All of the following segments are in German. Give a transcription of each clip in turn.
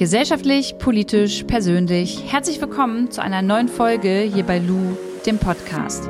Gesellschaftlich, politisch, persönlich. Herzlich willkommen zu einer neuen Folge hier bei Lou, dem Podcast.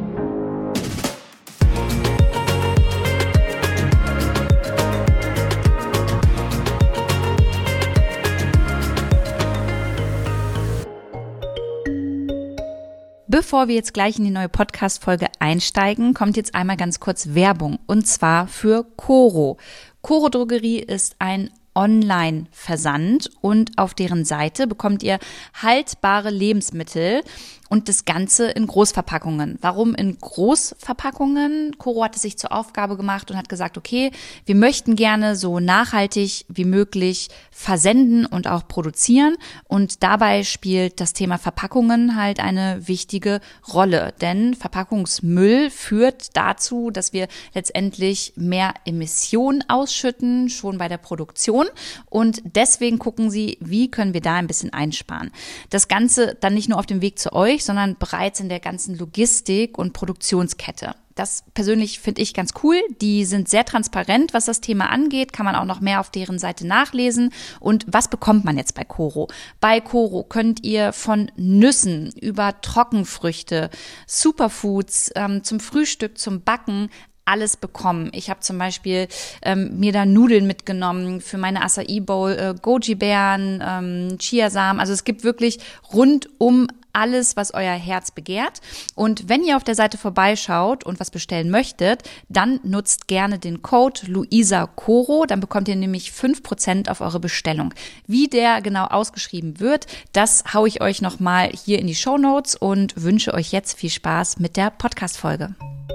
Bevor wir jetzt gleich in die neue Podcast-Folge einsteigen, kommt jetzt einmal ganz kurz Werbung, und zwar für Coro. Coro Drogerie ist ein Online-Versand und auf deren Seite bekommt ihr haltbare Lebensmittel und das Ganze in Großverpackungen. Warum in Großverpackungen? Coro hat es sich zur Aufgabe gemacht und hat gesagt, okay, wir möchten gerne so nachhaltig wie möglich versenden und auch produzieren. Und dabei spielt das Thema Verpackungen halt eine wichtige Rolle. Denn Verpackungsmüll führt dazu, dass wir letztendlich mehr Emissionen ausschütten, schon bei der Produktion. Und deswegen gucken sie, wie können wir da ein bisschen einsparen. Das Ganze dann nicht nur auf dem Weg zu euch, sondern bereits in der ganzen Logistik und Produktionskette. Das persönlich finde ich ganz cool. Die sind sehr transparent, was das Thema angeht. Kann man auch noch mehr auf deren Seite nachlesen. Und was bekommt man jetzt bei Coro? Bei Coro könnt ihr von Nüssen über Trockenfrüchte, Superfoods, zum Frühstück, zum Backen alles bekommen. Ich habe zum Beispiel mir da Nudeln mitgenommen für meine Acai Bowl, Goji-Beeren, Chiasamen. Also es gibt wirklich rundum alles, was euer Herz begehrt. Und wenn ihr auf der Seite vorbeischaut und was bestellen möchtet, dann nutzt gerne den Code LuisaCoro. Dann bekommt ihr nämlich 5% auf eure Bestellung. Wie der genau ausgeschrieben wird, das haue ich euch nochmal hier in die Shownotes und wünsche euch jetzt viel Spaß mit der Podcast-Folge.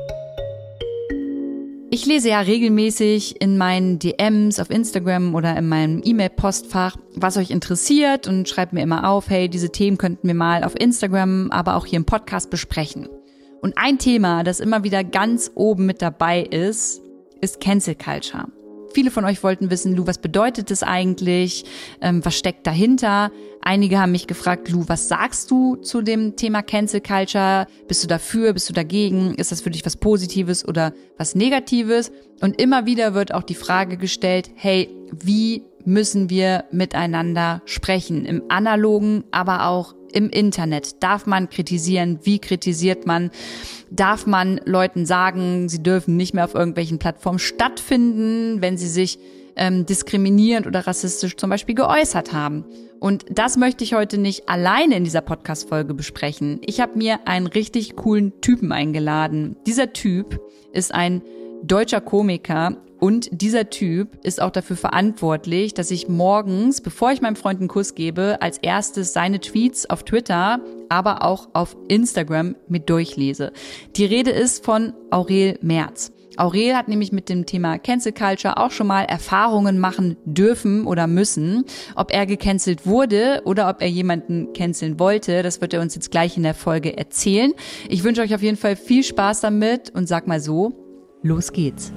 Ich lese ja regelmäßig in meinen DMs auf Instagram oder in meinem E-Mail-Postfach, was euch interessiert, und schreibt mir immer auf, hey, diese Themen könnten wir mal auf Instagram, aber auch hier im Podcast besprechen. Und ein Thema, das immer wieder ganz oben mit dabei ist Cancel Culture. Viele von euch wollten wissen, Lou, was bedeutet das eigentlich? Was steckt dahinter? Einige haben mich gefragt, Lou, was sagst du zu dem Thema Cancel Culture? Bist du dafür? Bist du dagegen? Ist das für dich was Positives oder was Negatives? Und immer wieder wird auch die Frage gestellt, hey, wie müssen wir miteinander sprechen? Im Analogen, aber auch im Internet. Darf man kritisieren? Wie kritisiert man? Darf man Leuten sagen, sie dürfen nicht mehr auf irgendwelchen Plattformen stattfinden, wenn sie sich diskriminierend oder rassistisch zum Beispiel geäußert haben? Und das möchte ich heute nicht alleine in dieser Podcast-Folge besprechen. Ich habe mir einen richtig coolen Typen eingeladen. Dieser Typ ist ein deutscher Komiker. Und dieser Typ ist auch dafür verantwortlich, dass ich morgens, bevor ich meinem Freund einen Kuss gebe, als erstes seine Tweets auf Twitter, aber auch auf Instagram mit durchlese. Die Rede ist von Aurel Merz. Aurel hat nämlich mit dem Thema Cancel Culture auch schon mal Erfahrungen machen dürfen oder müssen. Ob er gecancelt wurde oder ob er jemanden canceln wollte, das wird er uns jetzt gleich in der Folge erzählen. Ich wünsche euch auf jeden Fall viel Spaß damit und sag mal so, los geht's.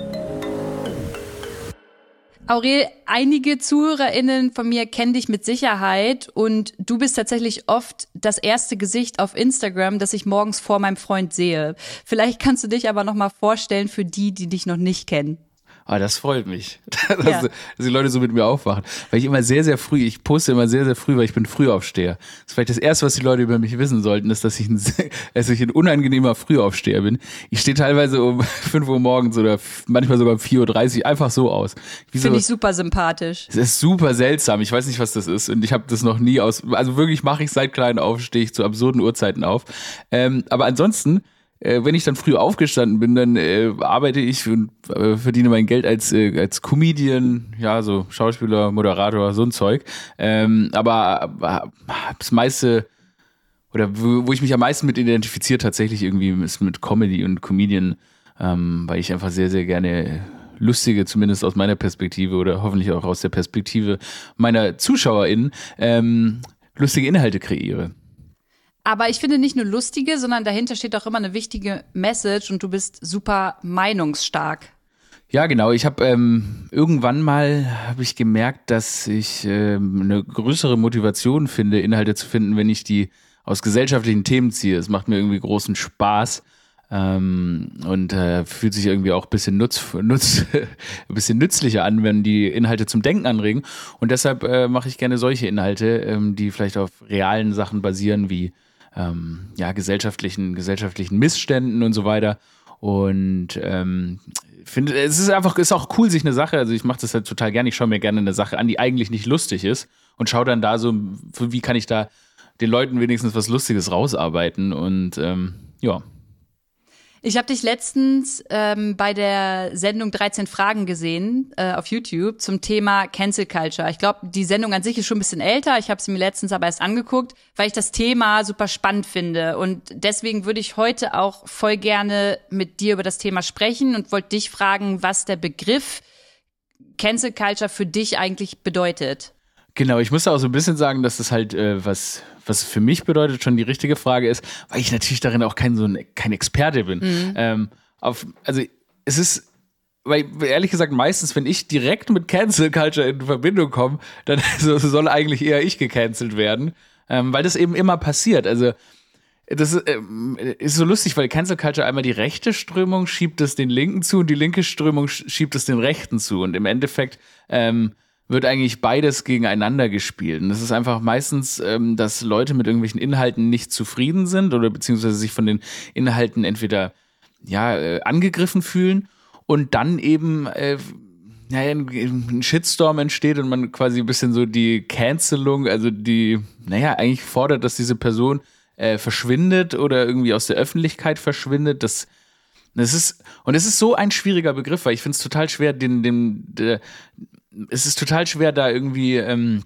Aurel, einige ZuhörerInnen von mir kennen dich mit Sicherheit und du bist tatsächlich oft das erste Gesicht auf Instagram, das ich morgens vor meinem Freund sehe. Vielleicht kannst du dich aber noch mal vorstellen für die, die dich noch nicht kennen. Ah, das freut mich, dass die Leute so mit mir aufwachen. Weil ich immer ich poste immer sehr, sehr früh, weil ich bin Frühaufsteher. Das ist vielleicht das Erste, was die Leute über mich wissen sollten, ist, dass ich ein unangenehmer Frühaufsteher bin. Ich stehe teilweise um 5 Uhr morgens oder manchmal sogar um 4:30 Uhr einfach so aus. Finde ich super sympathisch. Es ist super seltsam. Ich weiß nicht, was das ist. Und ich habe das noch nie also wirklich mache ich seit klein auf, stehe ich zu absurden Uhrzeiten auf. Aber ansonsten, wenn ich dann früh aufgestanden bin, dann arbeite ich und verdiene mein Geld als Comedian, ja, so Schauspieler, Moderator, so ein Zeug. Aber das meiste, oder wo ich mich am meisten mit identifiziere tatsächlich irgendwie, ist mit Comedy und Comedian, weil ich einfach sehr, sehr gerne lustige, zumindest aus meiner Perspektive oder hoffentlich auch aus der Perspektive meiner ZuschauerInnen, lustige Inhalte kreiere. Aber ich finde nicht nur lustige, sondern dahinter steht auch immer eine wichtige Message und du bist super meinungsstark. Ja, genau. Ich habe irgendwann mal ich gemerkt, dass ich eine größere Motivation finde, Inhalte zu finden, wenn ich die aus gesellschaftlichen Themen ziehe. Es macht mir irgendwie großen Spaß, und fühlt sich irgendwie auch ein bisschen ein bisschen nützlicher an, wenn die Inhalte zum Denken anregen. Und deshalb mache ich gerne solche Inhalte, die vielleicht auf realen Sachen basieren, wie gesellschaftlichen Missständen und so weiter. Und finde, ist auch cool, sich eine Sache, also ich mache das halt total gerne, ich schaue mir gerne eine Sache an, die eigentlich nicht lustig ist und schaue dann da so, wie kann ich da den Leuten wenigstens was Lustiges rausarbeiten und ja. Ich habe dich letztens bei der Sendung 13 Fragen gesehen auf YouTube zum Thema Cancel Culture. Ich glaube, die Sendung an sich ist schon ein bisschen älter. Ich habe sie mir letztens aber erst angeguckt, weil ich das Thema super spannend finde. Und deswegen würde ich heute auch voll gerne mit dir über das Thema sprechen und wollte dich fragen, was der Begriff Cancel Culture für dich eigentlich bedeutet. Genau, ich muss auch so ein bisschen sagen, dass das halt was für mich bedeutet, schon die richtige Frage ist, weil ich natürlich darin auch kein Experte bin. Mhm. Also es ist, weil ehrlich gesagt meistens, wenn ich direkt mit Cancel Culture in Verbindung komme, dann soll eigentlich eher ich gecancelt werden, weil das eben immer passiert. Also das ist so lustig, weil Cancel Culture einmal die rechte Strömung schiebt es den Linken zu und die linke Strömung schiebt es den Rechten zu und im Endeffekt wird eigentlich beides gegeneinander gespielt. Und das ist einfach meistens, dass Leute mit irgendwelchen Inhalten nicht zufrieden sind oder beziehungsweise sich von den Inhalten entweder angegriffen fühlen und dann eben ein Shitstorm entsteht und man quasi ein bisschen so die Cancelung, also eigentlich fordert, dass diese Person verschwindet oder irgendwie aus der Öffentlichkeit verschwindet. Das ist so ein schwieriger Begriff, weil ich finde es total schwer, es ist total schwer, da irgendwie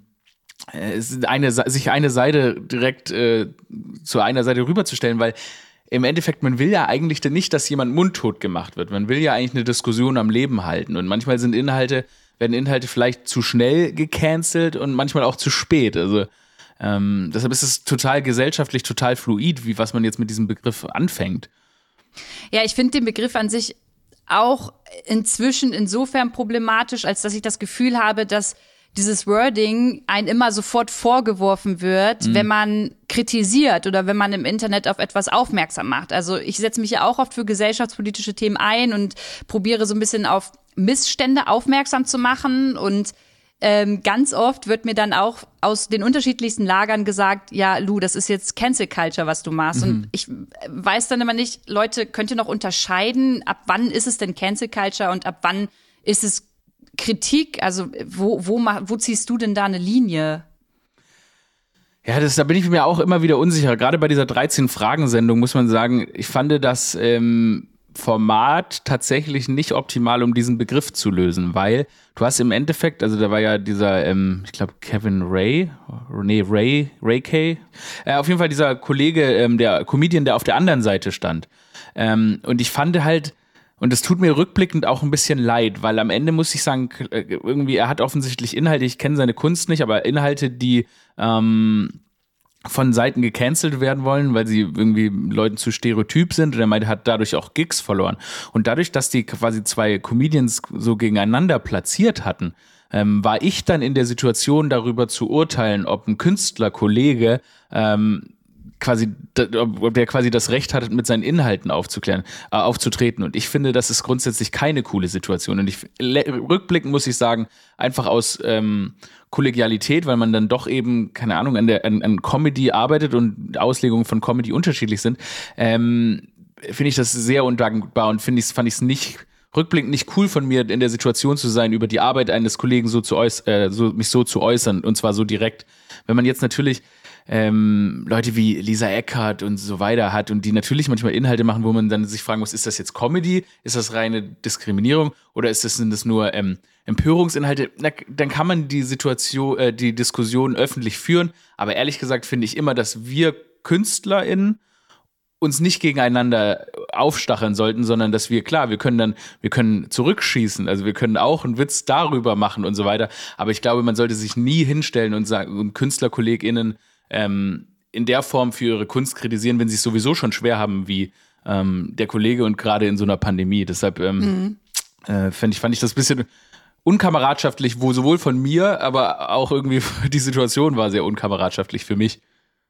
sich eine Seite direkt zu einer Seite rüberzustellen, weil im Endeffekt, man will ja eigentlich nicht, dass jemand mundtot gemacht wird. Man will ja eigentlich eine Diskussion am Leben halten. Und manchmal werden Inhalte vielleicht zu schnell gecancelt und manchmal auch zu spät. Also deshalb ist es total gesellschaftlich, total fluid, was man jetzt mit diesem Begriff anfängt. Ja, ich finde den Begriff an sich auch inzwischen insofern problematisch, als dass ich das Gefühl habe, dass dieses Wording einem immer sofort vorgeworfen wird, wenn man kritisiert oder wenn man im Internet auf etwas aufmerksam macht. Also ich setze mich ja auch oft für gesellschaftspolitische Themen ein und probiere so ein bisschen auf Missstände aufmerksam zu machen und ganz oft wird mir dann auch aus den unterschiedlichsten Lagern gesagt, ja, Lu, das ist jetzt Cancel Culture, was du machst. Und ich weiß dann immer nicht, Leute, könnt ihr noch unterscheiden, ab wann ist es denn Cancel Culture und ab wann ist es Kritik? Also wo ziehst du denn da eine Linie? Ja, da bin ich mir auch immer wieder unsicher. Gerade bei dieser 13-Fragen-Sendung muss man sagen, ich fand das Format tatsächlich nicht optimal, um diesen Begriff zu lösen, weil du hast im Endeffekt, also da war ja dieser, ich glaube Ray Kay, auf jeden Fall dieser Kollege, der Comedian, der auf der anderen Seite stand. Und ich fand halt, und das tut mir rückblickend auch ein bisschen leid, weil am Ende muss ich sagen, irgendwie, er hat offensichtlich Inhalte, ich kenne seine Kunst nicht, aber Inhalte, die von Seiten gecancelt werden wollen, weil sie irgendwie Leuten zu stereotyp sind und er meinte, hat dadurch auch Gigs verloren. Und dadurch, dass die quasi zwei Comedians so gegeneinander platziert hatten, war ich dann in der Situation, darüber zu urteilen, ob ein Künstlerkollege ob der quasi das Recht hat, mit seinen Inhalten aufzutreten. Und ich finde, das ist grundsätzlich keine coole Situation. Und rückblickend muss ich sagen, einfach aus Kollegialität, weil man dann doch eben, keine Ahnung, an Comedy arbeitet und Auslegungen von Comedy unterschiedlich sind, finde ich das sehr undankbar und fand ich es nicht rückblickend nicht cool von mir, in der Situation zu sein, über die Arbeit eines Kollegen mich so zu äußern, und zwar so direkt. Wenn man jetzt natürlich Leute wie Lisa Eckhardt und so weiter hat und die natürlich manchmal Inhalte machen, wo man dann sich fragen muss, ist das jetzt Comedy? Ist das reine Diskriminierung? Oder sind das nur Empörungsinhalte? Dann kann man die Diskussion öffentlich führen. Aber ehrlich gesagt finde ich immer, dass wir KünstlerInnen uns nicht gegeneinander aufstacheln sollten, sondern dass wir können zurückschießen, also wir können auch einen Witz darüber machen und so weiter. Aber ich glaube, man sollte sich nie hinstellen und sagen, und KünstlerkollegInnen in der Form für ihre Kunst kritisieren, wenn sie es sowieso schon schwer haben wie der Kollege und gerade in so einer Pandemie. Deshalb fand ich das ein bisschen unkameradschaftlich, sowohl von mir, aber auch irgendwie die Situation war sehr unkameradschaftlich für mich.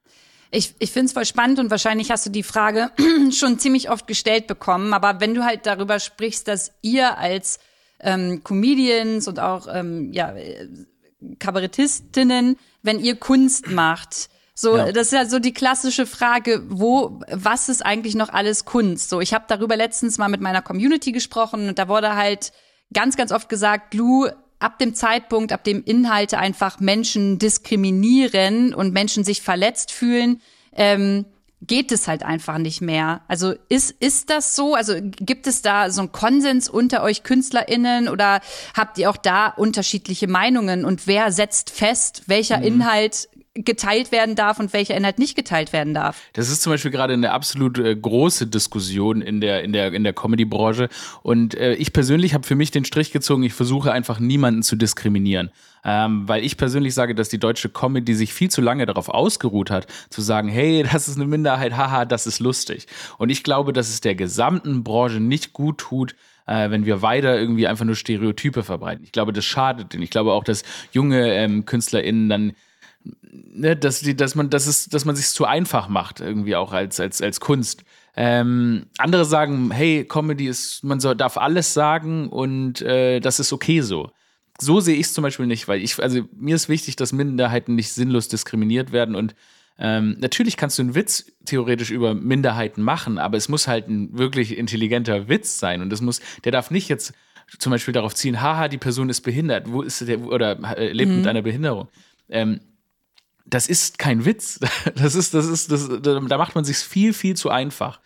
Ich finde es voll spannend und wahrscheinlich hast du die Frage schon ziemlich oft gestellt bekommen. Aber wenn du halt darüber sprichst, dass ihr als Comedians und auch Kabarettistinnen, wenn ihr Kunst macht, das ist ja so die klassische Frage, was ist eigentlich noch alles Kunst? So, ich habe darüber letztens mal mit meiner Community gesprochen und da wurde halt ganz, ganz oft gesagt, Lou, ab dem Zeitpunkt, ab dem Inhalte einfach Menschen diskriminieren und Menschen sich verletzt fühlen, geht es halt einfach nicht mehr. Also ist das so? Also gibt es da so einen Konsens unter euch KünstlerInnen oder habt ihr auch da unterschiedliche Meinungen? Und wer setzt fest, welcher Inhalt geteilt werden darf und welcher Inhalt nicht geteilt werden darf? Das ist zum Beispiel gerade eine absolut große Diskussion in der Comedy-Branche. Und ich persönlich habe für mich den Strich gezogen, ich versuche einfach niemanden zu diskriminieren. Weil ich persönlich sage, dass die deutsche Comedy sich viel zu lange darauf ausgeruht hat, zu sagen, hey, das ist eine Minderheit, haha, das ist lustig. Und ich glaube, dass es der gesamten Branche nicht gut tut, wenn wir weiter irgendwie einfach nur Stereotype verbreiten. Ich glaube, das schadet denen. Ich glaube auch, dass junge KünstlerInnen dann dass man sich zu einfach macht, irgendwie auch als Kunst. Andere sagen, hey, Comedy darf alles sagen und das ist okay so. So sehe ich es zum Beispiel nicht, weil mir ist wichtig, dass Minderheiten nicht sinnlos diskriminiert werden und natürlich kannst du einen Witz theoretisch über Minderheiten machen, aber es muss halt ein wirklich intelligenter Witz sein und der darf nicht jetzt zum Beispiel darauf ziehen, haha, die Person ist behindert, wo ist der oder lebt mit einer Behinderung. Das ist kein Witz. Da macht man sich viel, viel zu einfach.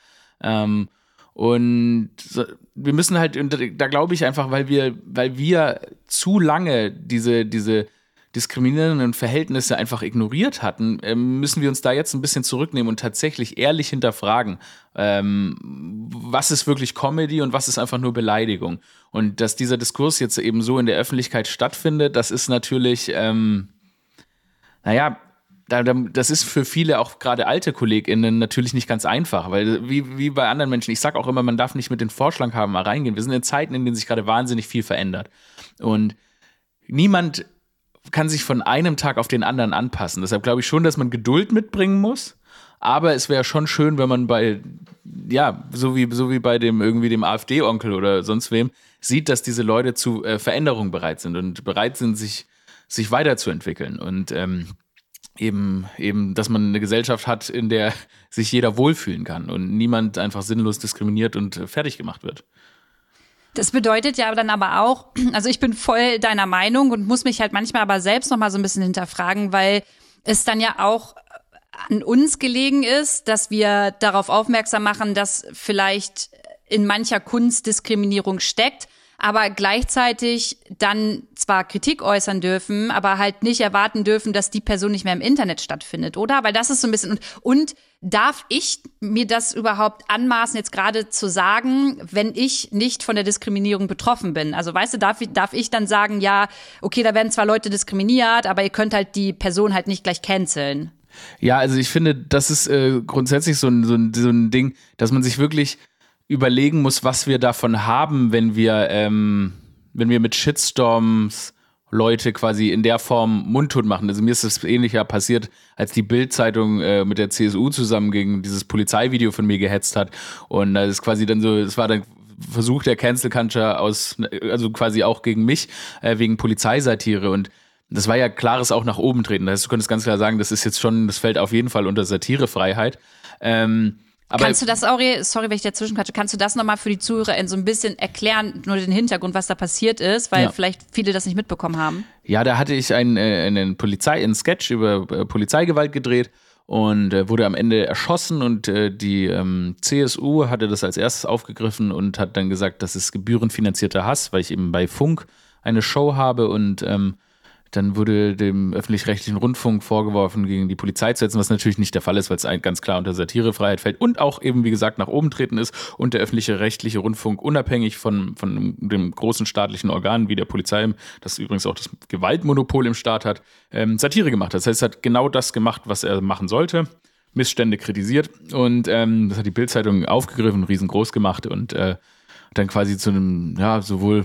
Und wir müssen halt, da glaube ich einfach, weil wir zu lange diese diskriminierenden Verhältnisse einfach ignoriert hatten, müssen wir uns da jetzt ein bisschen zurücknehmen und tatsächlich ehrlich hinterfragen, was ist wirklich Comedy und was ist einfach nur Beleidigung. Und dass dieser Diskurs jetzt eben so in der Öffentlichkeit stattfindet, das ist natürlich, das ist für viele, auch gerade alte KollegInnen, natürlich nicht ganz einfach, weil wie bei anderen Menschen, ich sag auch immer, man darf nicht mit den Vorschlag haben, mal reingehen. Wir sind in Zeiten, in denen sich gerade wahnsinnig viel verändert. Und niemand kann sich von einem Tag auf den anderen anpassen. Deshalb glaube ich schon, dass man Geduld mitbringen muss. Aber es wäre schon schön, wenn man so wie bei dem AfD-Onkel oder sonst wem, sieht, dass diese Leute zu Veränderung bereit sind und bereit sind, sich weiterzuentwickeln. Und eben, dass man eine Gesellschaft hat, in der sich jeder wohlfühlen kann und niemand einfach sinnlos diskriminiert und fertig gemacht wird. Das bedeutet ja dann aber auch, also ich bin voll deiner Meinung und muss mich halt manchmal aber selbst noch mal so ein bisschen hinterfragen, weil es dann ja auch an uns gelegen ist, dass wir darauf aufmerksam machen, dass vielleicht in mancher Kunst Diskriminierung steckt, aber gleichzeitig dann zwar Kritik äußern dürfen, aber halt nicht erwarten dürfen, dass die Person nicht mehr im Internet stattfindet, oder? Weil das ist so ein bisschen, und darf ich mir das überhaupt anmaßen, jetzt gerade zu sagen, wenn ich nicht von der Diskriminierung betroffen bin? Also weißt du, darf ich dann sagen, ja, okay, da werden zwar Leute diskriminiert, aber ihr könnt halt die Person halt nicht gleich canceln? Ja, also ich finde, das ist grundsätzlich so ein Ding, dass man sich wirklich überlegen muss, was wir davon haben, wenn wir mit Shitstorms Leute quasi in der Form mundtot machen. Also mir ist das ähnlich ja passiert, als die Bild-Zeitung mit der CSU zusammen gegen dieses Polizeivideo von mir gehetzt hat. Und das ist quasi dann so, es war dann Versuch der Cancel Culture also quasi auch gegen mich, wegen Polizeisatire. Und das war ja klares auch nach oben treten. Das heißt, du könntest ganz klar sagen, das fällt auf jeden Fall unter Satirefreiheit. Aber kannst du das, sorry, wenn ich dazwischen quatsche, kannst du das nochmal für die ZuhörerInnen so ein bisschen erklären, nur den Hintergrund, was da passiert ist, weil vielleicht viele das nicht mitbekommen haben? Ja, da hatte ich einen Sketch über Polizeigewalt gedreht und wurde am Ende erschossen und die CSU hatte das als erstes aufgegriffen und hat dann gesagt, das ist gebührenfinanzierter Hass, weil ich eben bei Funk eine Show habe und dann wurde dem öffentlich-rechtlichen Rundfunk vorgeworfen, gegen die Polizei zu setzen, was natürlich nicht der Fall ist, weil es ganz klar unter Satirefreiheit fällt und auch eben, wie gesagt, nach oben treten ist und der öffentlich-rechtliche Rundfunk unabhängig von dem großen staatlichen Organ wie der Polizei, das übrigens auch das Gewaltmonopol im Staat hat, Satire gemacht hat. Das heißt, es hat genau das gemacht, was er machen sollte, Missstände kritisiert und das hat die Bild-Zeitung aufgegriffen, riesengroß gemacht und dann quasi zu einem, da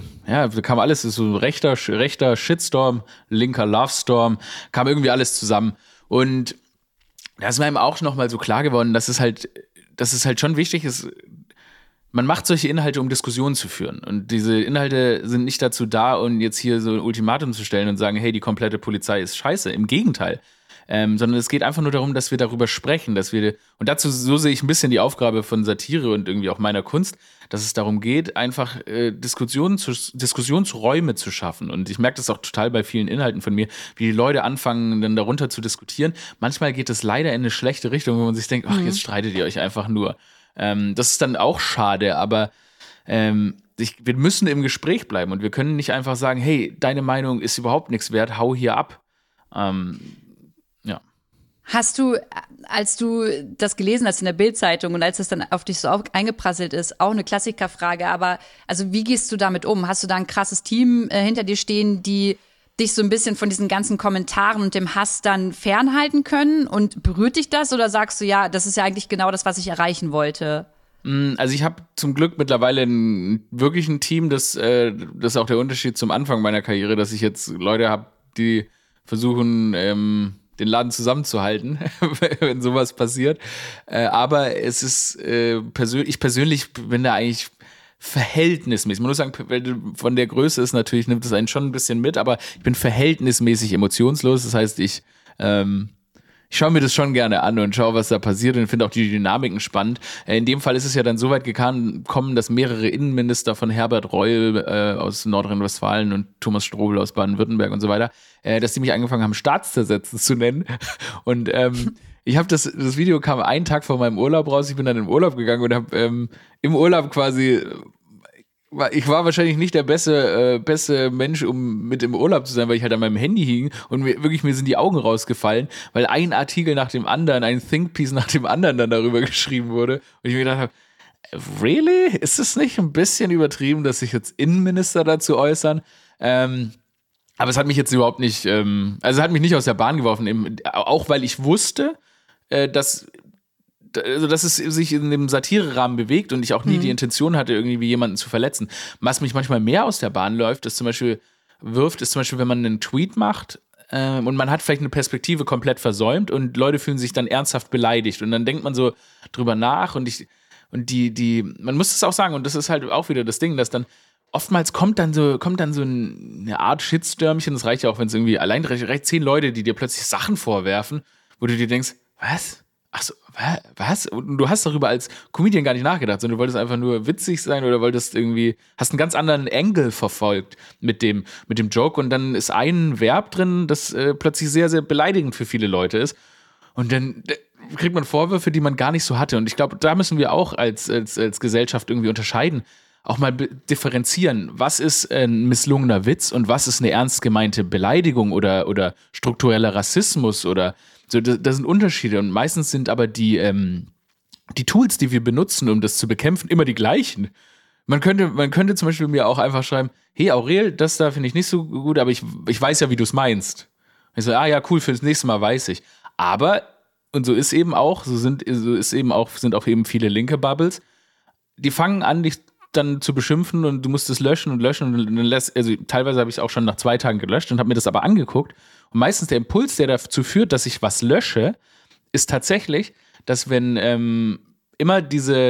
kam alles, so rechter Shitstorm, linker Lovestorm, kam irgendwie alles zusammen. Und Da ist mir einem auch nochmal so klar geworden, dass es halt schon wichtig ist, man macht solche Inhalte, um Diskussionen zu führen. Und diese Inhalte sind nicht dazu da, um jetzt hier so ein Ultimatum zu stellen und sagen, hey, die komplette Polizei ist scheiße. Im Gegenteil. Sondern es geht einfach nur darum, dass wir darüber sprechen, und dazu, so sehe ich ein bisschen die Aufgabe von Satire und irgendwie auch meiner Kunst, dass es darum geht, einfach Diskussionsräume zu schaffen. Und ich merke das auch total bei vielen Inhalten von mir, wie die Leute anfangen, dann darunter zu diskutieren. Manchmal geht es leider in eine schlechte Richtung, wo man sich denkt, ach, jetzt streitet ihr euch einfach nur. Das ist dann auch schade, aber wir müssen im Gespräch bleiben und wir können nicht einfach sagen, hey, deine Meinung ist überhaupt nichts wert, hau hier ab. Ja. Hast du, als du das gelesen hast in der Bild-Zeitung und als es dann auf dich so eingeprasselt ist, auch eine Klassikerfrage, aber also wie gehst du damit um? Hast du da ein krasses Team hinter dir stehen, die dich so ein bisschen von diesen ganzen Kommentaren und dem Hass dann fernhalten können? Und berührt dich das oder sagst du, ja, das ist ja eigentlich genau das, was ich erreichen wollte? Also ich habe zum Glück mittlerweile wirklich ein Team, das ist auch der Unterschied zum Anfang meiner Karriere, dass ich jetzt Leute habe, die versuchen, den Laden zusammenzuhalten, wenn sowas passiert. Aber es ist ich persönlich bin da eigentlich verhältnismäßig. Man muss sagen, von der Größe ist natürlich, nimmt es einen schon ein bisschen mit, aber ich bin verhältnismäßig emotionslos. Das heißt, ich schaue mir das schon gerne an und schaue, was da passiert und finde auch die Dynamiken spannend. In dem Fall ist es ja dann so weit gekommen, dass mehrere Innenminister von Herbert Reul aus Nordrhein-Westfalen und Thomas Strobel aus Baden-Württemberg und so weiter, dass die mich angefangen haben, Staatszersetzen zu nennen. Und ich habe das Video kam einen Tag vor meinem Urlaub raus. Ich bin dann in Urlaub gegangen und habe im Urlaub quasi ich war wahrscheinlich nicht der beste Mensch, um mit im Urlaub zu sein, weil ich halt an meinem Handy hing und mir sind die Augen rausgefallen, weil ein Artikel nach dem anderen, ein Thinkpiece nach dem anderen dann darüber geschrieben wurde und ich mir gedacht habe, really? Ist es nicht ein bisschen übertrieben, dass sich jetzt Innenminister dazu äußern? Aber es hat mich jetzt überhaupt nicht, es hat mich nicht aus der Bahn geworfen, eben, auch weil ich wusste, dass es sich in dem Satirerahmen bewegt und ich auch nie die Intention hatte, irgendwie jemanden zu verletzen. Was mich manchmal mehr aus der Bahn läuft, ist zum Beispiel, wenn man einen Tweet macht und man hat vielleicht eine Perspektive komplett versäumt und Leute fühlen sich dann ernsthaft beleidigt und dann denkt man so drüber nach und man muss es auch sagen und das ist halt auch wieder das Ding, dass dann oftmals kommt dann so eine Art Shitstürmchen, das reicht ja auch, wenn es irgendwie allein reicht 10 Leute, die dir plötzlich Sachen vorwerfen, wo du dir denkst, was? Ach so, was? Und du hast darüber als Comedian gar nicht nachgedacht, sondern du wolltest einfach nur witzig sein oder hast einen ganz anderen Angle verfolgt mit dem Joke und dann ist ein Verb drin, das plötzlich sehr, sehr beleidigend für viele Leute ist. Und dann kriegt man Vorwürfe, die man gar nicht so hatte. Und ich glaube, da müssen wir auch als Gesellschaft irgendwie unterscheiden, auch mal differenzieren, was ist ein misslungener Witz und was ist eine ernst gemeinte Beleidigung oder struktureller Rassismus oder so, das sind Unterschiede und meistens sind aber die Tools, die wir benutzen, um das zu bekämpfen, immer die gleichen. Man könnte zum Beispiel mir auch einfach schreiben, hey Aurel, das da finde ich nicht so gut, aber ich weiß ja, wie du es meinst. Ich so, ja, cool, für das nächste Mal weiß ich. Aber, und so ist eben auch, sind auch eben viele linke Bubbles, die fangen an, dich dann zu beschimpfen und du musst es löschen und dann also teilweise habe ich es auch schon nach 2 Tagen gelöscht und habe mir das aber angeguckt und meistens der Impuls, der dazu führt, dass ich was lösche, ist tatsächlich, dass wenn immer diese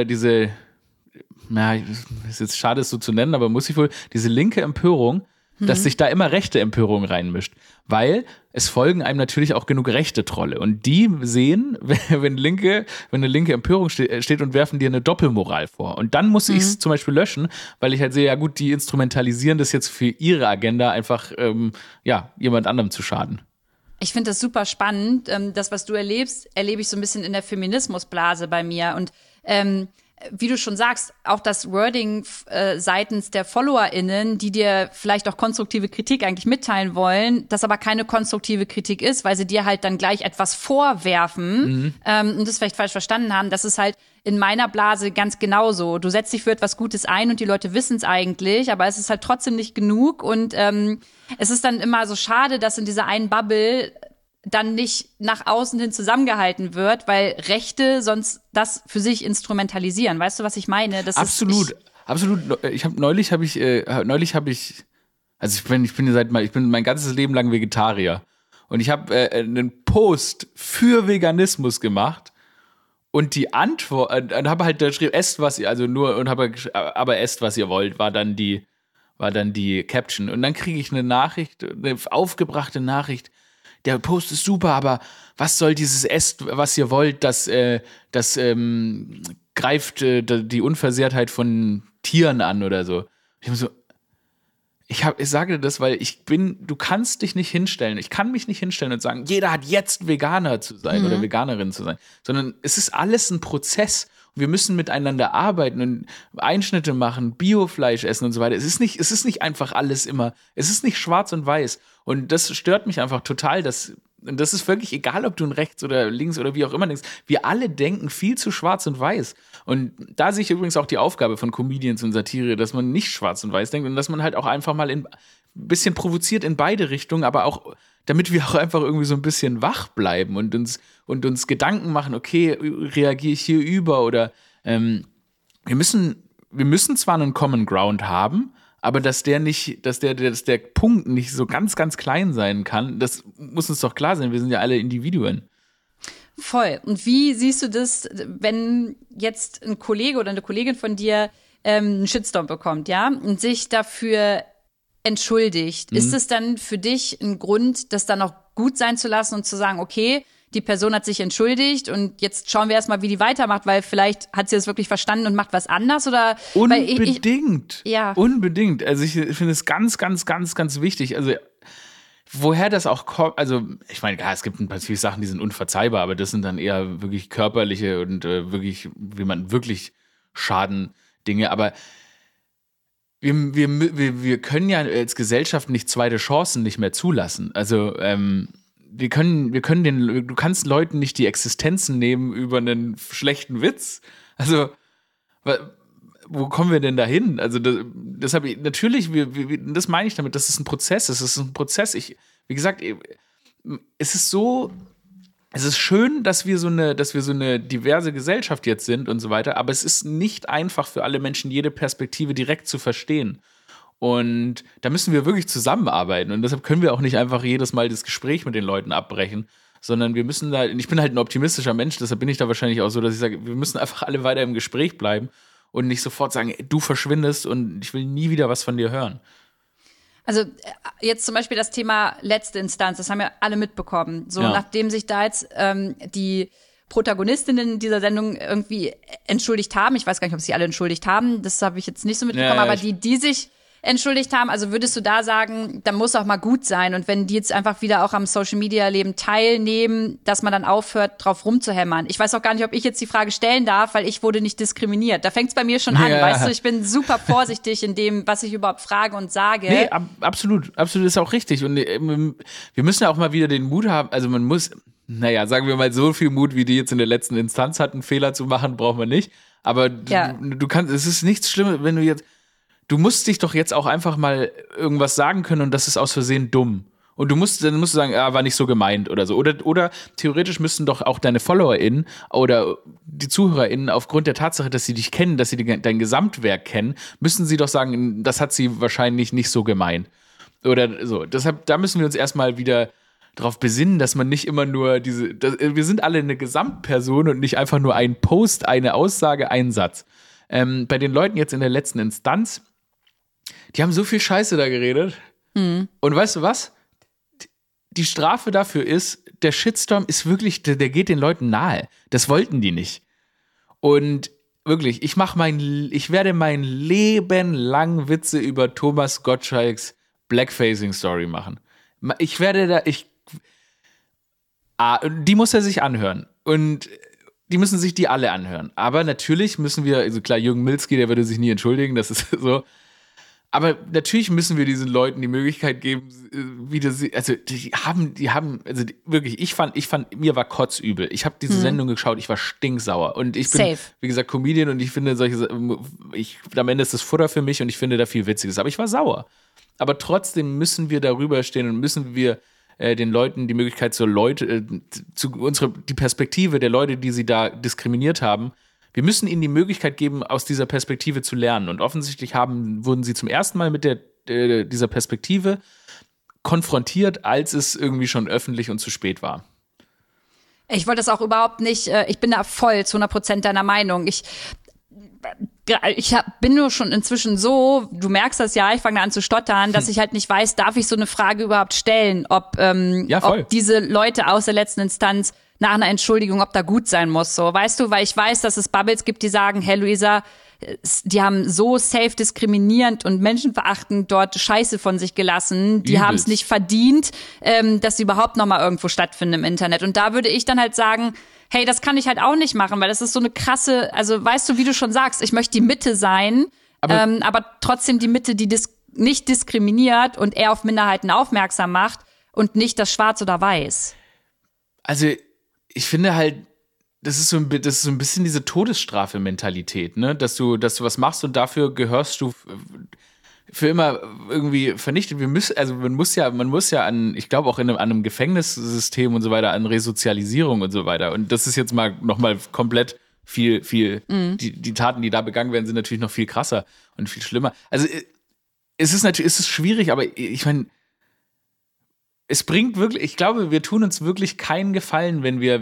ist jetzt schade es so zu nennen, aber muss ich wohl, diese linke Empörung, dass sich da immer rechte Empörung reinmischt, weil es folgen einem natürlich auch genug rechte Trolle und die sehen, wenn eine linke Empörung steht und werfen dir eine Doppelmoral vor und dann muss ich es zum Beispiel löschen, weil ich halt sehe, ja gut, die instrumentalisieren das jetzt für ihre Agenda einfach, jemand anderem zu schaden. Ich finde das super spannend. Das, was du erlebst, erlebe ich so ein bisschen in der Feminismusblase bei mir und wie du schon sagst, auch das Wording seitens der FollowerInnen, die dir vielleicht auch konstruktive Kritik eigentlich mitteilen wollen, das aber keine konstruktive Kritik ist, weil sie dir halt dann gleich etwas vorwerfen und das vielleicht falsch verstanden haben. Das ist halt in meiner Blase ganz genauso. Du setzt dich für etwas Gutes ein und die Leute wissen es eigentlich, aber es ist halt trotzdem nicht genug und es ist dann immer so schade, dass in dieser einen Bubble dann nicht nach außen hin zusammengehalten wird, weil Rechte sonst das für sich instrumentalisieren. Weißt du, was ich meine? Das absolut. Ich bin mein ganzes Leben lang Vegetarier Und ich habe einen Post für Veganismus gemacht und die Antwort, und habe halt da geschrieben, esst was ihr, also nur, und habe aber esst was ihr wollt, war dann die Caption. Und dann kriege ich eine Nachricht, eine aufgebrachte Nachricht, der Post ist super, aber was soll dieses esst, was ihr wollt, das greift die Unversehrtheit von Tieren an oder so. Ich so, ich sage dir das, weil du kannst dich nicht hinstellen. Ich kann mich nicht hinstellen und sagen, jeder hat jetzt Veganer zu sein oder Veganerin zu sein. Sondern es ist alles ein Prozess. Und wir müssen miteinander arbeiten und Einschnitte machen, Biofleisch essen und so weiter. Es ist nicht einfach alles immer. Es ist nicht schwarz und weiß. Und das stört mich einfach total, und das ist wirklich egal, ob du ein rechts oder links oder wie auch immer denkst. Wir alle denken viel zu schwarz und weiß. Und da sehe ich übrigens auch die Aufgabe von Comedians und Satire, dass man nicht schwarz und weiß denkt und dass man halt auch einfach mal ein bisschen provoziert in beide Richtungen, aber auch, damit wir auch einfach irgendwie so ein bisschen wach bleiben und uns Gedanken machen, okay, reagiere ich hier über oder wir müssen zwar einen Common Ground haben, aber dass der Punkt nicht so ganz, ganz klein sein kann, das muss uns doch klar sein. Wir sind ja alle Individuen. Voll. Und wie siehst du das, wenn jetzt ein Kollege oder eine Kollegin von dir einen Shitstorm bekommt, ja, und sich dafür entschuldigt? Ist es dann für dich ein Grund, das dann auch gut sein zu lassen und zu sagen, okay, die Person hat sich entschuldigt und jetzt schauen wir erstmal, wie die weitermacht, weil vielleicht hat sie das wirklich verstanden und macht was anders oder? Unbedingt. Ja. Unbedingt. Also ich finde es ganz, ganz, ganz, ganz wichtig. Also woher das auch kommt, also ich meine, ja, es gibt natürlich Sachen, die sind unverzeihbar, aber das sind dann eher wirklich körperliche und wirklich, wie man wirklich Schadendinge, aber wir können ja als Gesellschaft nicht zweite Chancen nicht mehr zulassen. Also du kannst Leuten nicht die Existenzen nehmen über einen schlechten Witz. Also, wo kommen wir denn da hin? Also, deshalb, natürlich, das meine ich damit, das ist ein Prozess. Es ist ein Prozess. Wie gesagt, es ist schön, dass wir so eine diverse Gesellschaft jetzt sind und so weiter, aber es ist nicht einfach für alle Menschen, jede Perspektive direkt zu verstehen. Und da müssen wir wirklich zusammenarbeiten. Und deshalb können wir auch nicht einfach jedes Mal das Gespräch mit den Leuten abbrechen, sondern wir müssen ich bin halt ein optimistischer Mensch, deshalb bin ich da wahrscheinlich auch so, dass ich sage, wir müssen einfach alle weiter im Gespräch bleiben und nicht sofort sagen, du verschwindest und ich will nie wieder was von dir hören. Also jetzt zum Beispiel das Thema letzte Instanz, das haben ja alle mitbekommen. So, ja. Nachdem sich da jetzt die Protagonistinnen dieser Sendung irgendwie entschuldigt haben, ich weiß gar nicht, ob sie alle entschuldigt haben, das habe ich jetzt nicht so mitbekommen, ja, aber die sich entschuldigt haben, also würdest du da sagen, da muss auch mal gut sein und wenn die jetzt einfach wieder auch am Social-Media-Leben teilnehmen, dass man dann aufhört, drauf rumzuhämmern. Ich weiß auch gar nicht, ob ich jetzt die Frage stellen darf, weil ich wurde nicht diskriminiert. Da fängt es bei mir schon an, weißt du, ich bin super vorsichtig in dem, was ich überhaupt frage und sage. Nee, absolut ist auch richtig und wir müssen ja auch mal wieder den Mut haben, also man muss, sagen wir mal, so viel Mut, wie die jetzt in der letzten Instanz hatten, Fehler zu machen, braucht man nicht, aber du kannst, es ist nichts Schlimmes, wenn du musst dich doch jetzt auch einfach mal irgendwas sagen können und das ist aus Versehen dumm. Und dann musst du sagen, war nicht so gemeint oder so. Oder theoretisch müssten doch auch deine FollowerInnen oder die ZuhörerInnen aufgrund der Tatsache, dass sie dich kennen, dass sie dein Gesamtwerk kennen, müssen sie doch sagen, das hat sie wahrscheinlich nicht so gemeint. Oder so. Deshalb, da müssen wir uns erstmal wieder darauf besinnen, dass man nicht immer nur wir sind alle eine Gesamtperson und nicht einfach nur ein Post, eine Aussage, ein Satz. Bei den Leuten jetzt in der letzten Instanz, die haben so viel Scheiße da geredet. Und weißt du was? Die Strafe dafür ist, der Shitstorm ist wirklich, der geht den Leuten nahe. Das wollten die nicht. Und wirklich, ich werde mein Leben lang Witze über Thomas Gottschalks Blackfacing-Story machen. Die muss er sich anhören. Und die müssen sich die alle anhören. Aber natürlich müssen wir, also klar, Jürgen Milzki, der würde sich nie entschuldigen, das ist so. Aber natürlich müssen wir diesen Leuten die Möglichkeit geben, mir war kotzübel. Ich habe diese Sendung geschaut, ich war stinksauer. Und ich bin, wie gesagt, Comedian und ich finde am Ende ist das Futter für mich und ich finde da viel Witziges. Aber ich war sauer. Aber trotzdem müssen wir darüber stehen und müssen wir den Leuten die Möglichkeit die Perspektive der Leute, die sie da diskriminiert haben, wir müssen ihnen die Möglichkeit geben, aus dieser Perspektive zu lernen. Und offensichtlich wurden sie zum ersten Mal mit dieser Perspektive konfrontiert, als es irgendwie schon öffentlich und zu spät war. Ich wollte das auch überhaupt nicht, ich bin da voll zu 100% deiner Meinung. Ich bin nur schon inzwischen so, du merkst das ja, ich fange da an zu stottern, dass ich halt nicht weiß, darf ich so eine Frage überhaupt stellen, ob diese Leute aus der letzten Instanz nach einer Entschuldigung, ob da gut sein muss, so, weißt du, weil ich weiß, dass es Bubbles gibt, die sagen, hey Luisa, die haben so safe diskriminierend und menschenverachtend dort Scheiße von sich gelassen, die haben es nicht verdient, dass sie überhaupt noch mal irgendwo stattfinden im Internet. Und da würde ich dann halt sagen, hey, das kann ich halt auch nicht machen, weil das ist so eine krasse, also weißt du, wie du schon sagst, ich möchte die Mitte sein, aber trotzdem die Mitte, die nicht diskriminiert und eher auf Minderheiten aufmerksam macht und nicht das Schwarz oder Weiß. Also ich finde halt, das ist so ein bisschen diese Todesstrafe-Mentalität, ne? Dass du was machst und dafür gehörst du für immer irgendwie vernichtet. Man muss ja an, ich glaube auch an einem Gefängnissystem und so weiter, an Resozialisierung und so weiter. Und das ist jetzt nochmal komplett viel, die Taten, die da begangen werden, sind natürlich noch viel krasser und viel schlimmer. Also es ist schwierig, aber ich meine, es bringt wirklich, ich glaube, wir tun uns wirklich keinen Gefallen, wenn wir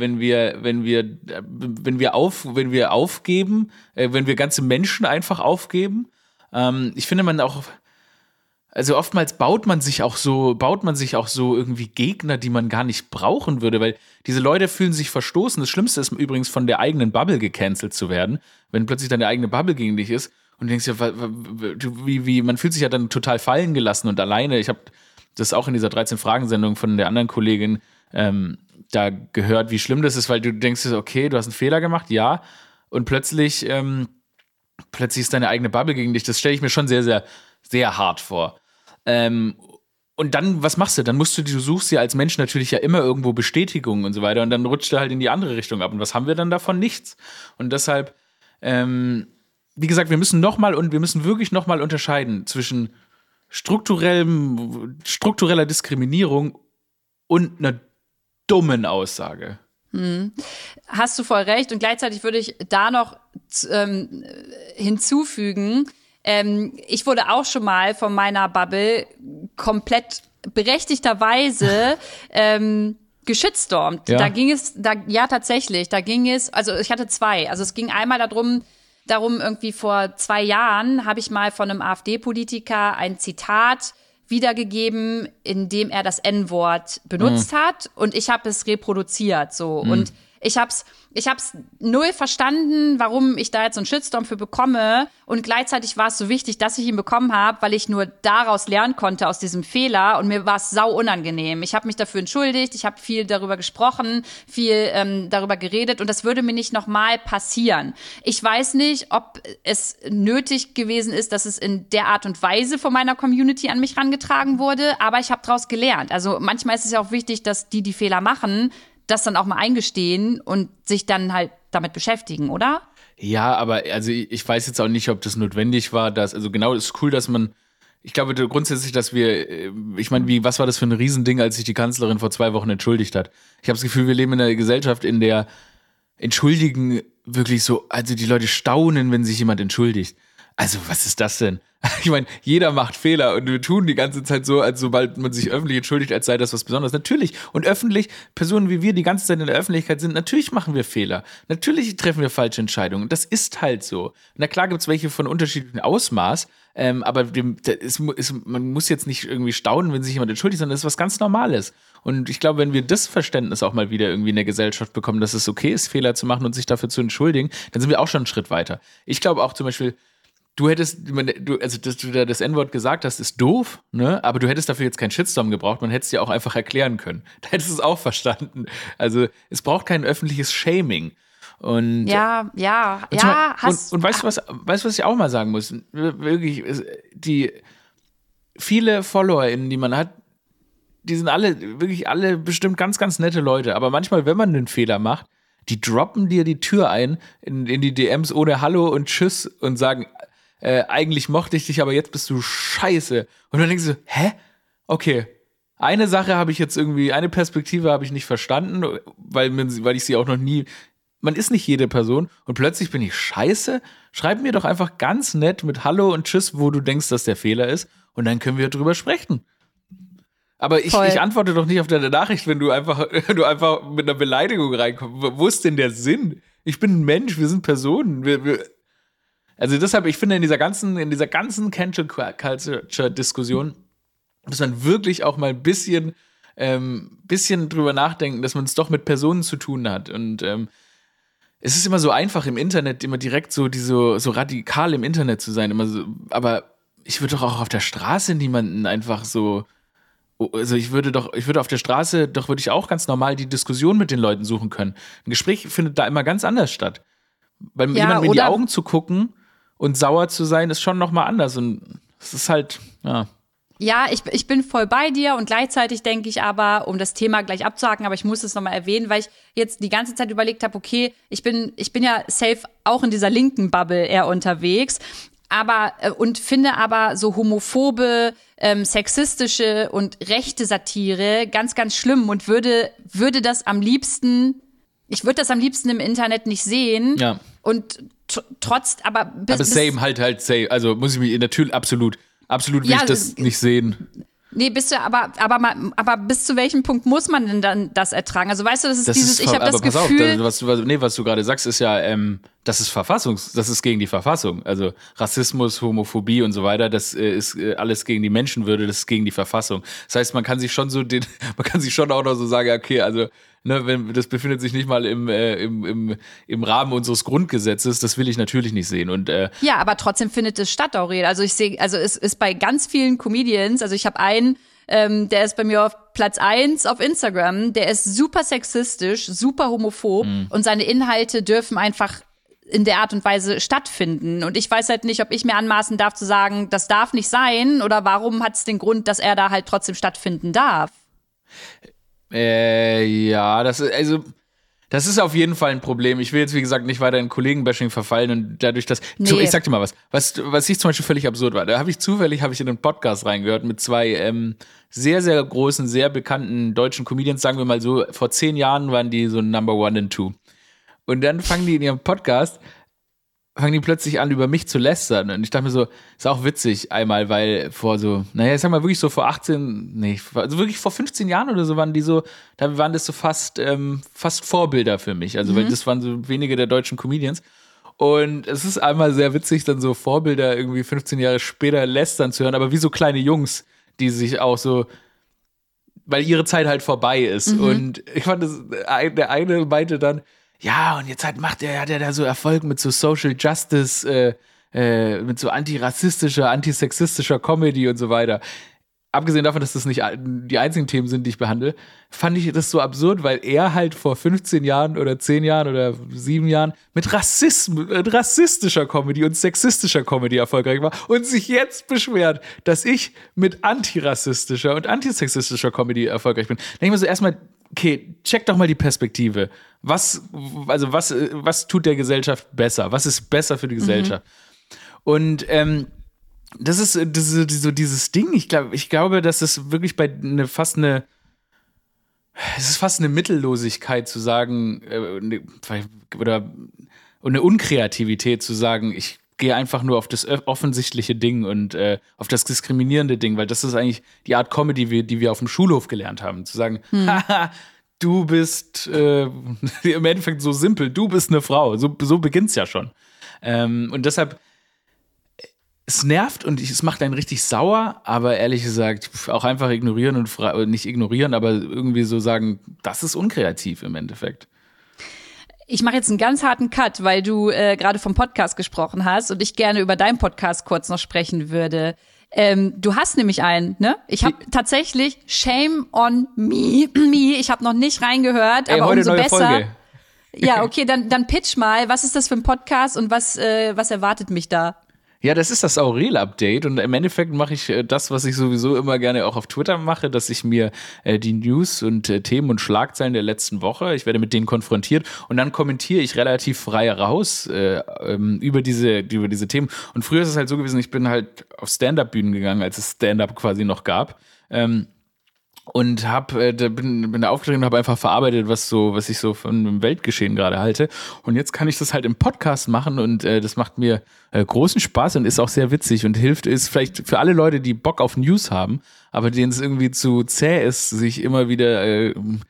aufgeben, wenn wir ganze Menschen einfach aufgeben. Ich finde also oftmals baut man sich auch so irgendwie Gegner, die man gar nicht brauchen würde, weil diese Leute fühlen sich verstoßen. Das Schlimmste ist übrigens, von der eigenen Bubble gecancelt zu werden, wenn plötzlich deine eigene Bubble gegen dich ist und du denkst ja, man fühlt sich ja dann total fallen gelassen und alleine. Ich habe das auch in dieser 13-Fragen-Sendung von der anderen Kollegin da gehört, wie schlimm das ist, weil du denkst, okay, du hast einen Fehler gemacht, ja, und plötzlich ist deine eigene Bubble gegen dich. Das stelle ich mir schon sehr, sehr, sehr hart vor. Und dann, was machst du? Dann du suchst ja als Mensch natürlich ja immer irgendwo Bestätigung und so weiter und dann rutscht du halt in die andere Richtung ab. Und was haben wir dann davon? Nichts. Und deshalb, wie gesagt, wir müssen wirklich nochmal unterscheiden zwischen struktureller Diskriminierung und einer dummen Aussage. Hast du voll recht. Und gleichzeitig würde ich da noch hinzufügen, ich wurde auch schon mal von meiner Bubble komplett berechtigterweise geschitstormt. Ja. Tatsächlich, also ich hatte zwei. Also es ging einmal darum irgendwie vor 2 Jahren habe ich mal von einem AfD-Politiker ein Zitat wiedergegeben, in dem er das N-Wort benutzt hat und ich habe es reproduziert so und ich hab's null verstanden, warum ich da jetzt so einen Shitstorm für bekomme und gleichzeitig war es so wichtig, dass ich ihn bekommen habe, weil ich nur daraus lernen konnte aus diesem Fehler und mir war es sau unangenehm. Ich habe mich dafür entschuldigt, ich habe viel darüber gesprochen, viel darüber geredet und das würde mir nicht nochmal passieren. Ich weiß nicht, ob es nötig gewesen ist, dass es in der Art und Weise von meiner Community an mich rangetragen wurde, aber ich habe daraus gelernt. Also manchmal ist es ja auch wichtig, dass die Fehler machen, das dann auch mal eingestehen und sich dann halt damit beschäftigen, oder? Ja, aber also ich weiß jetzt auch nicht, ob das notwendig war, also genau, es ist cool, dass man, ich glaube grundsätzlich, dass was war das für ein Riesending, als sich die Kanzlerin vor 2 Wochen entschuldigt hat? Ich habe das Gefühl, wir leben in einer Gesellschaft, in der Entschuldigen wirklich so, also die Leute staunen, wenn sich jemand entschuldigt. Also, was ist das denn? Ich meine, jeder macht Fehler und wir tun die ganze Zeit so, als sobald man sich öffentlich entschuldigt, als sei das was Besonderes. Natürlich. Und öffentlich, Personen wie wir, die ganze Zeit in der Öffentlichkeit sind, natürlich machen wir Fehler. Natürlich treffen wir falsche Entscheidungen. Das ist halt so. Na klar gibt's welche von unterschiedlichem Ausmaß, aber man muss jetzt nicht irgendwie staunen, wenn sich jemand entschuldigt, sondern das ist was ganz Normales. Und ich glaube, wenn wir das Verständnis auch mal wieder irgendwie in der Gesellschaft bekommen, dass es okay ist, Fehler zu machen und sich dafür zu entschuldigen, dann sind wir auch schon einen Schritt weiter. Ich glaube auch zum Beispiel, dass du da das N-Wort gesagt hast, ist doof, ne? Aber du hättest dafür jetzt keinen Shitstorm gebraucht, man hätte es dir auch einfach erklären können. Da hättest du es auch verstanden. Also es braucht kein öffentliches Shaming. Und ja. Und weißt du, was ich auch mal sagen muss? Wirklich, die viele FollowerInnen, die man hat, die sind wirklich alle bestimmt ganz, ganz nette Leute. Aber manchmal, wenn man einen Fehler macht, die droppen dir die Tür ein in die DMs ohne Hallo und Tschüss und sagen, eigentlich mochte ich dich, aber jetzt bist du scheiße. Und dann denkst du, hä? Okay. Eine Perspektive habe ich nicht verstanden, weil ich sie auch noch nie, man ist nicht jede Person und plötzlich bin ich scheiße. Schreib mir doch einfach ganz nett mit Hallo und Tschüss, wo du denkst, dass der Fehler ist und dann können wir drüber sprechen. Aber ich antworte doch nicht auf deine Nachricht, wenn du einfach mit einer Beleidigung reinkommst. Wo ist denn der Sinn? Ich bin ein Mensch, wir sind Personen. Also deshalb, ich finde, in dieser ganzen Cancel Culture-Diskussion muss man wirklich auch mal ein bisschen drüber nachdenken, dass man es doch mit Personen zu tun hat. Und es ist immer so einfach im Internet, immer direkt so radikal im Internet zu sein. Immer so, aber ich würde doch auch auf der Straße niemanden einfach so. Also ich würde auf der Straße, würde ich auch ganz normal die Diskussion mit den Leuten suchen können. Ein Gespräch findet da immer ganz anders statt. Weil jemandem in die Augen zu gucken und sauer zu sein, ist schon nochmal anders. Und es ist halt, ja. Ja, ich bin voll bei dir und gleichzeitig denke ich aber, um das Thema gleich abzuhaken, aber ich muss es nochmal erwähnen, weil ich jetzt die ganze Zeit überlegt habe, okay, ich bin ja safe auch in dieser linken Bubble eher unterwegs. Und finde aber so homophobe, sexistische und rechte Satire ganz, ganz schlimm und würde das am liebsten, ich würde das am liebsten im Internet nicht sehen. Ja. Und aber same, same. Also muss ich mich natürlich absolut will ich das nicht sehen. Nee, aber bis zu welchem Punkt muss man denn dann das ertragen? Also weißt du, ich habe das Gefühl. Was du gerade sagst, ist ja, das ist gegen die Verfassung. Also Rassismus, Homophobie und so weiter, das ist alles gegen die Menschenwürde, das ist gegen die Verfassung. Das heißt, man kann sich schon auch noch so sagen, okay, also das befindet sich nicht mal im Rahmen unseres Grundgesetzes, das will ich natürlich nicht sehen. Und ja, aber trotzdem findet es statt, Aurel. Also es ist bei ganz vielen Comedians, also ich habe einen, der ist bei mir auf Platz 1 auf Instagram, der ist super sexistisch, super homophob und seine Inhalte dürfen einfach in der Art und Weise stattfinden. Und ich weiß halt nicht, ob ich mir anmaßen darf zu sagen, das darf nicht sein oder warum hat es den Grund, dass er da halt trotzdem stattfinden darf. Ja, das ist auf jeden Fall ein Problem. Ich will jetzt, wie gesagt, nicht weiter in Kollegenbashing verfallen und dadurch, dass. Nee. Ich sag dir mal was ich zum Beispiel völlig absurd war. Da habe ich in einen Podcast reingehört mit zwei sehr, sehr großen, sehr bekannten deutschen Comedians, sagen wir mal so, vor 10 Jahren waren die so Number 1 and 2. Und dann fangen die in ihrem Podcast plötzlich an, über mich zu lästern. Und ich dachte mir so, ist auch witzig einmal, weil ich sag mal wirklich so also wirklich vor 15 Jahren oder so waren das so fast Vorbilder für mich. Also, weil das waren so wenige der deutschen Comedians. Und es ist einmal sehr witzig, dann so Vorbilder irgendwie 15 Jahre später lästern zu hören, aber wie so kleine Jungs, die sich auch so, weil ihre Zeit halt vorbei ist. Und ich fand der eine meinte dann, ja, und jetzt hat er da so Erfolg mit so Social Justice, mit so antirassistischer, antisexistischer Comedy und so weiter. Abgesehen davon, dass das nicht die einzigen Themen sind, die ich behandle, fand ich das so absurd, weil er halt vor 15 Jahren oder 10 Jahren oder 7 Jahren mit rassistischer Comedy und sexistischer Comedy erfolgreich war und sich jetzt beschwert, dass ich mit antirassistischer und antisexistischer Comedy erfolgreich bin. Dann denke ich mir so erstmal, okay, check doch mal die Perspektive. Was tut der Gesellschaft besser? Was ist besser für die Gesellschaft? Und das ist so dieses Ding. Ich glaube, dass es wirklich fast eine Mittellosigkeit zu sagen, oder eine Unkreativität zu sagen, ich gehe einfach nur auf das offensichtliche Ding und auf das diskriminierende Ding, weil das ist eigentlich die Art Comedy, die wir auf dem Schulhof gelernt haben. Zu sagen, haha, du bist im Endeffekt so simpel, du bist eine Frau. So beginnt's ja schon. Und deshalb, es nervt und es macht einen richtig sauer, aber ehrlich gesagt, auch einfach ignorieren und nicht ignorieren, aber irgendwie so sagen, das ist unkreativ im Endeffekt. Ich mache jetzt einen ganz harten Cut, weil du gerade vom Podcast gesprochen hast und ich gerne über deinen Podcast kurz noch sprechen würde. Du hast nämlich einen, ne? Ich habe tatsächlich Shame on me. Ich habe noch nicht reingehört, aber heute umso neue besser. Folge. Ja, okay, dann pitch mal. Was ist das für ein Podcast und was erwartet mich da? Ja, das ist das Aurel-Update und im Endeffekt mache ich das, was ich sowieso immer gerne auch auf Twitter mache, dass ich mir die News und Themen und Schlagzeilen der letzten Woche, ich werde mit denen konfrontiert und dann kommentiere ich relativ frei raus über diese Themen. Und früher ist es halt so gewesen, ich bin halt auf Stand-Up-Bühnen gegangen, als es Stand-Up quasi noch gab. Und bin da aufgetreten und habe einfach verarbeitet, was ich so von dem Weltgeschehen gerade halte. Und jetzt kann ich das halt im Podcast machen und das macht mir großen Spaß und ist auch sehr witzig und ist vielleicht für alle Leute, die Bock auf News haben, aber denen es irgendwie zu zäh ist, sich immer wieder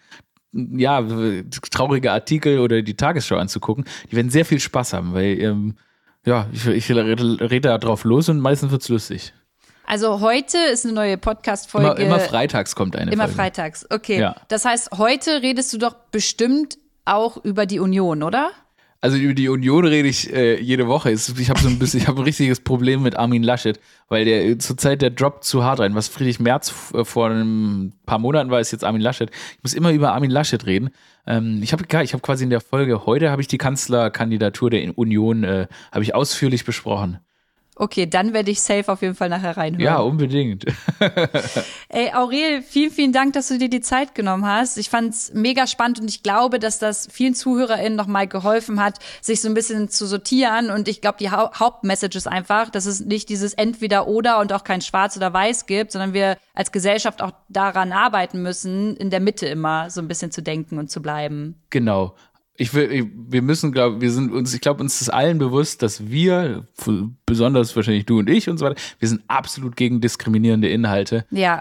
traurige Artikel oder die Tagesschau anzugucken. Die werden sehr viel Spaß haben, weil ich rede da drauf los und meistens wird's lustig. Also heute ist eine neue Podcast-Folge. Immer freitags kommt eine Folge. Immer freitags, okay. Ja. Das heißt, heute redest du doch bestimmt auch über die Union, oder? Also über die Union rede ich jede Woche. Ich habe ein richtiges Problem mit Armin Laschet, weil zurzeit der droppt zu hart rein. Was Friedrich Merz vor ein paar Monaten war, ist jetzt Armin Laschet. Ich muss immer über Armin Laschet reden. Ich habe quasi in der Folge heute habe ich die Kanzlerkandidatur der Union habe ich ausführlich besprochen. Okay, dann werde ich safe auf jeden Fall nachher reinhören. Ja, unbedingt. Ey, Aurel, vielen, vielen Dank, dass du dir die Zeit genommen hast. Ich fand's mega spannend und ich glaube, dass das vielen ZuhörerInnen nochmal geholfen hat, sich so ein bisschen zu sortieren. Und ich glaube, die Hauptmessage ist einfach, dass es nicht dieses Entweder-Oder und auch kein Schwarz oder Weiß gibt, sondern wir als Gesellschaft auch daran arbeiten müssen, in der Mitte immer so ein bisschen zu denken und zu bleiben. Genau. Ich glaube, uns ist allen bewusst, dass wir, besonders wahrscheinlich du und ich und so weiter, wir sind absolut gegen diskriminierende Inhalte. Ja.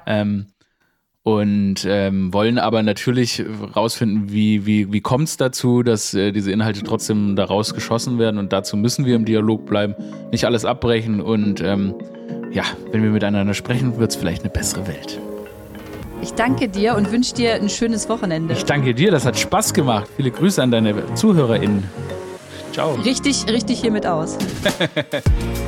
Wollen aber natürlich rausfinden, wie kommt es dazu, dass diese Inhalte trotzdem daraus geschossen werden, und dazu müssen wir im Dialog bleiben, nicht alles abbrechen und wenn wir miteinander sprechen, wird es vielleicht eine bessere Welt. Ich danke dir und wünsche dir ein schönes Wochenende. Ich danke dir, das hat Spaß gemacht. Viele Grüße an deine ZuhörerInnen. Ciao. Richtig hiermit aus.